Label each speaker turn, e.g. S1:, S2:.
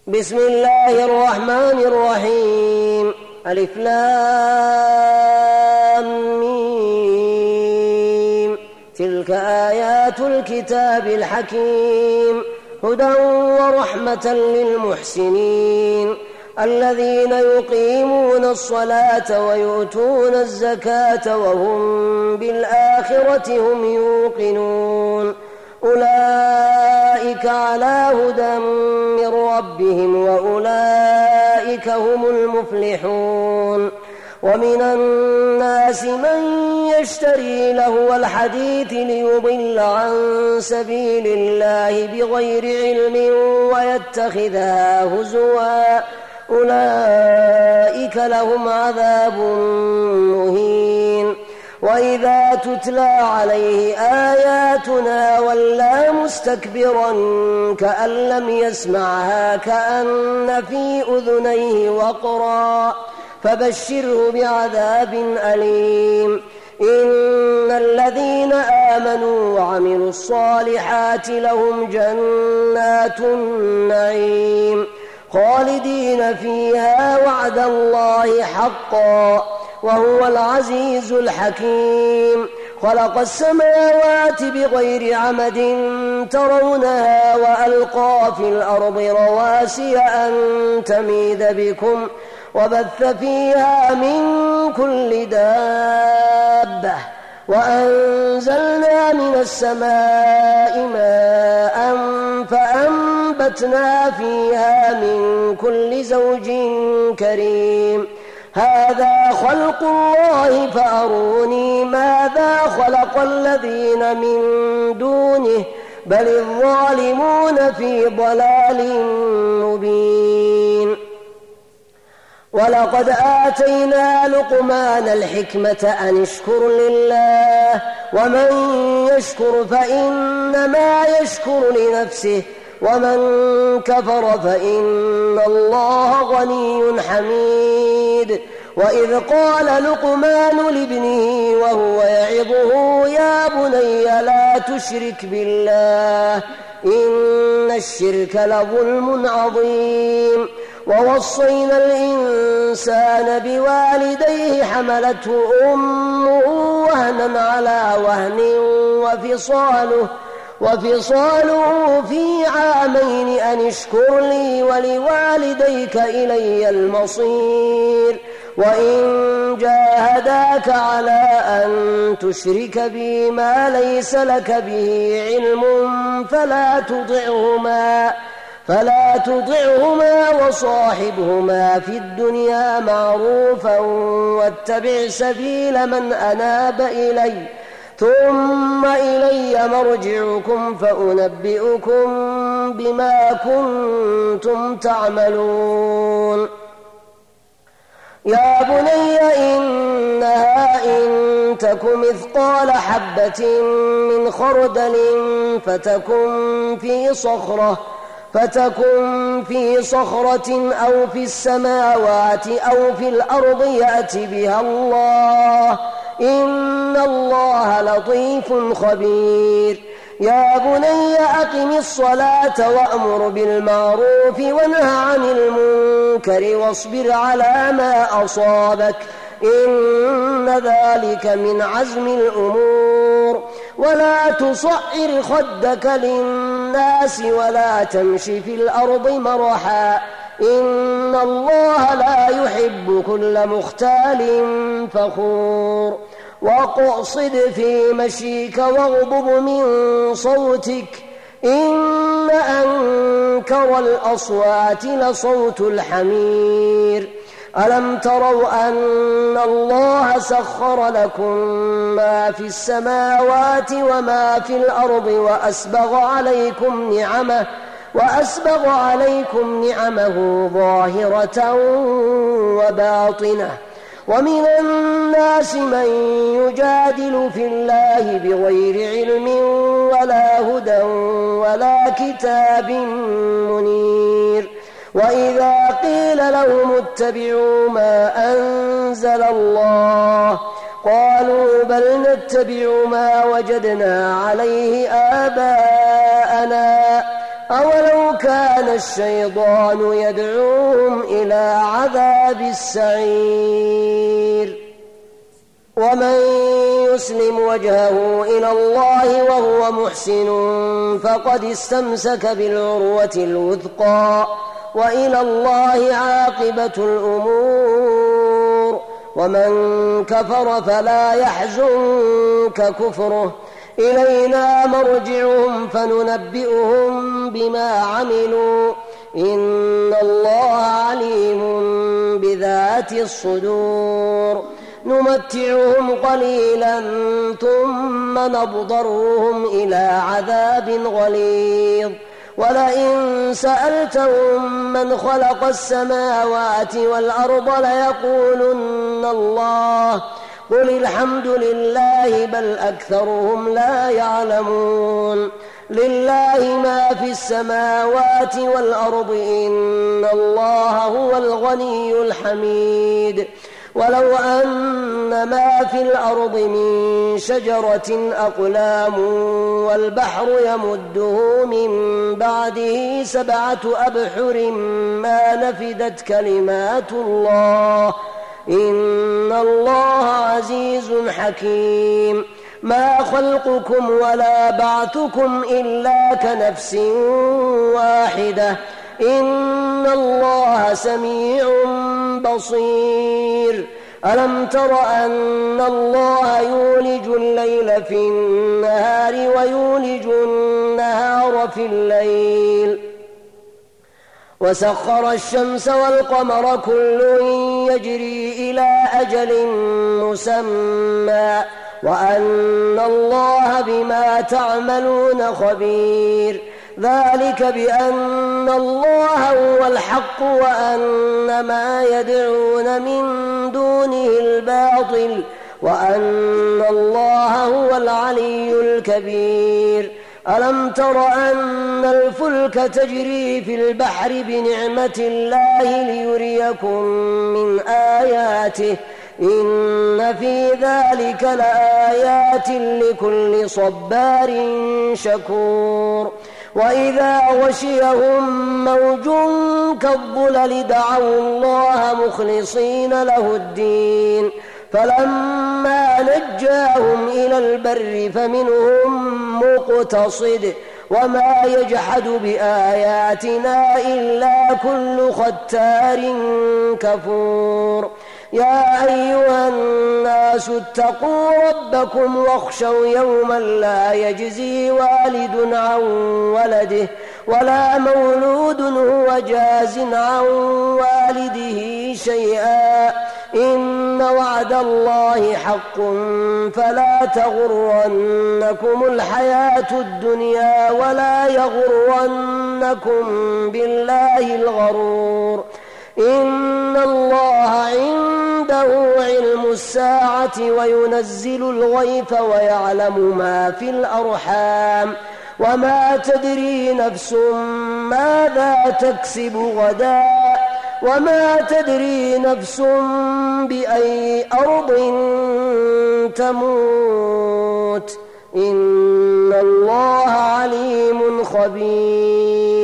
S1: بسم الله الرحمن الرحيم. ألف لام ميم. تلك آيات الكتاب الحكيم هدى ورحمة للمحسنين الذين يقيمون الصلاة ويؤتون الزكاة وهم بالآخرة هم يوقنون أولئك على هدى من ربهم وأولئك هم المفلحون. ومن الناس من يشتري لهو الحديث ليضل عن سبيل الله بغير علم ويتخذها هزوا أولئك لهم عذاب مهين. وإذا تتلى عليه آياتنا ولى مستكبرا كأن لم يسمعها كأن في أذنيه وقرا فبشره بعذاب أليم. إن الذين آمنوا وعملوا الصالحات لهم جنات النعيم خالدين فيها وعد الله حقا وهو العزيز الحكيم. خلق السماوات بغير عمد ترونها وألقى في الأرض رواسي أن تميد بكم وبث فيها من كل دابة وأنزلنا من السماء ماء فأنبتنا فيها من كل زوج كريم. هذا خلق الله فأروني ماذا خلق الذين من دونه بل الظالمون في ضلال مبين. ولقد آتينا لقمان الحكمة أن اشكر لله ومن يشكر فإنما يشكر لنفسه ومن كفر فإن الله غني حميد. وإذ قال لقمان لابنه وهو يعظه يا بني لا تشرك بالله إن الشرك لظلم عظيم. ووصينا الإنسان بوالديه حملته أمه وهنا على وهن وفصاله في عامين أن اشكر لي ولوالديك إلي المصير. وإن جاهداك على أن تشرك بي ما ليس لك به علم فلا تطعهما وصاحبهما في الدنيا معروفا واتبع سبيل من أناب إلي ثم إلي مرجعكم فأنبئكم بما كنتم تعملون. يا بني إنها إن تك مثقال حبة من خردل فتكن في صخرة أو في السماوات أو في الأرض يأت بها الله إن الله لطيف خبير. يا بني أقم الصلاة وأمر بالمعروف وانه عن المنكر واصبر على ما أصابك إن ذلك من عزم الأمور. ولا تصعر خدك للناس ولا تمش في الأرض مرحا إن الله لا يحب كل مختال فخور. واقصد في مشيك واغضب من صوتك إن أنكر الأصوات لصوت الحمير. ألم تروا أن الله سخر لكم ما في السماوات وما في الأرض وأسبغ عليكم نعمه ظاهرة وباطنة. ومن الناس من يجادل في الله بغير علم ولا هدى ولا كتاب منير. وإذا قيل لهم اتبعوا ما أنزل الله قالوا بل نتبع ما وجدنا عليه آباءنا أولو كان الشيطان يدعوهم إلى عذاب السعير. ومن يسلم وجهه إلى الله وهو محسن فقد استمسك بالعروة الوثقى وإلى الله عاقبة الأمور. ومن كفر فلا يحزنك كفره، إلينا مرجعهم فننبئهم بما عملوا، إن الله عليم بذات الصدور. نمتعهم قليلا ثم نضطرهم إلى عذاب غليظ. ولئن سألتهم من خلق السماوات والأرض ليقولن الله، قل الحمد لله بل أكثرهم لا يعلمون. لله ما في السماوات والأرض، إن الله هو الغني الحميد. ولو أن ما في الأرض من شجرة أقلام والبحر يمده من بعده 7 أبحر ما نفدت كلمات الله، إن الله عزيز حكيم. ما خلقكم ولا بعثكم إلا كنفس واحدة، إن الله سميع بصير. ألم تر أن الله يولج الليل في النهار ويولج النهار في الليل، وسخر الشمس والقمر كل يجري إلى أجل مسمى، وأن الله بما تعملون خبير. ذلك بأن الله هو الحق وأن ما يدعون من دونه الباطل، وأن الله هو العلي الكبير. ألم تر أن الفلك تجري في البحر بنعمة الله ليريكم من آياته، إن في ذلك لآيات لكل صبار شكور. وإذا غشيهم موج كالظلل دعوا الله مخلصين له الدين، فلما نجاهم إلى البر فمنهم مقتصد، وما يجحد بآياتنا إلا كل ختار كفور. يا أيها الناس اتقوا ربكم واخشوا يوما لا يجزي والد عن ولده ولا مولود هو جاز عن والده شيئا، إن وعد الله حق فلا تغرنكم الحياة الدنيا ولا يغرنكم بالله الغرور. إن الله عنده علم الساعة وينزل الغيث ويعلم ما في الأرحام، وما تدري نفس ماذا تكسب غدا، وما تدري نفس بأي أرض تموت، إن الله عليم خبير.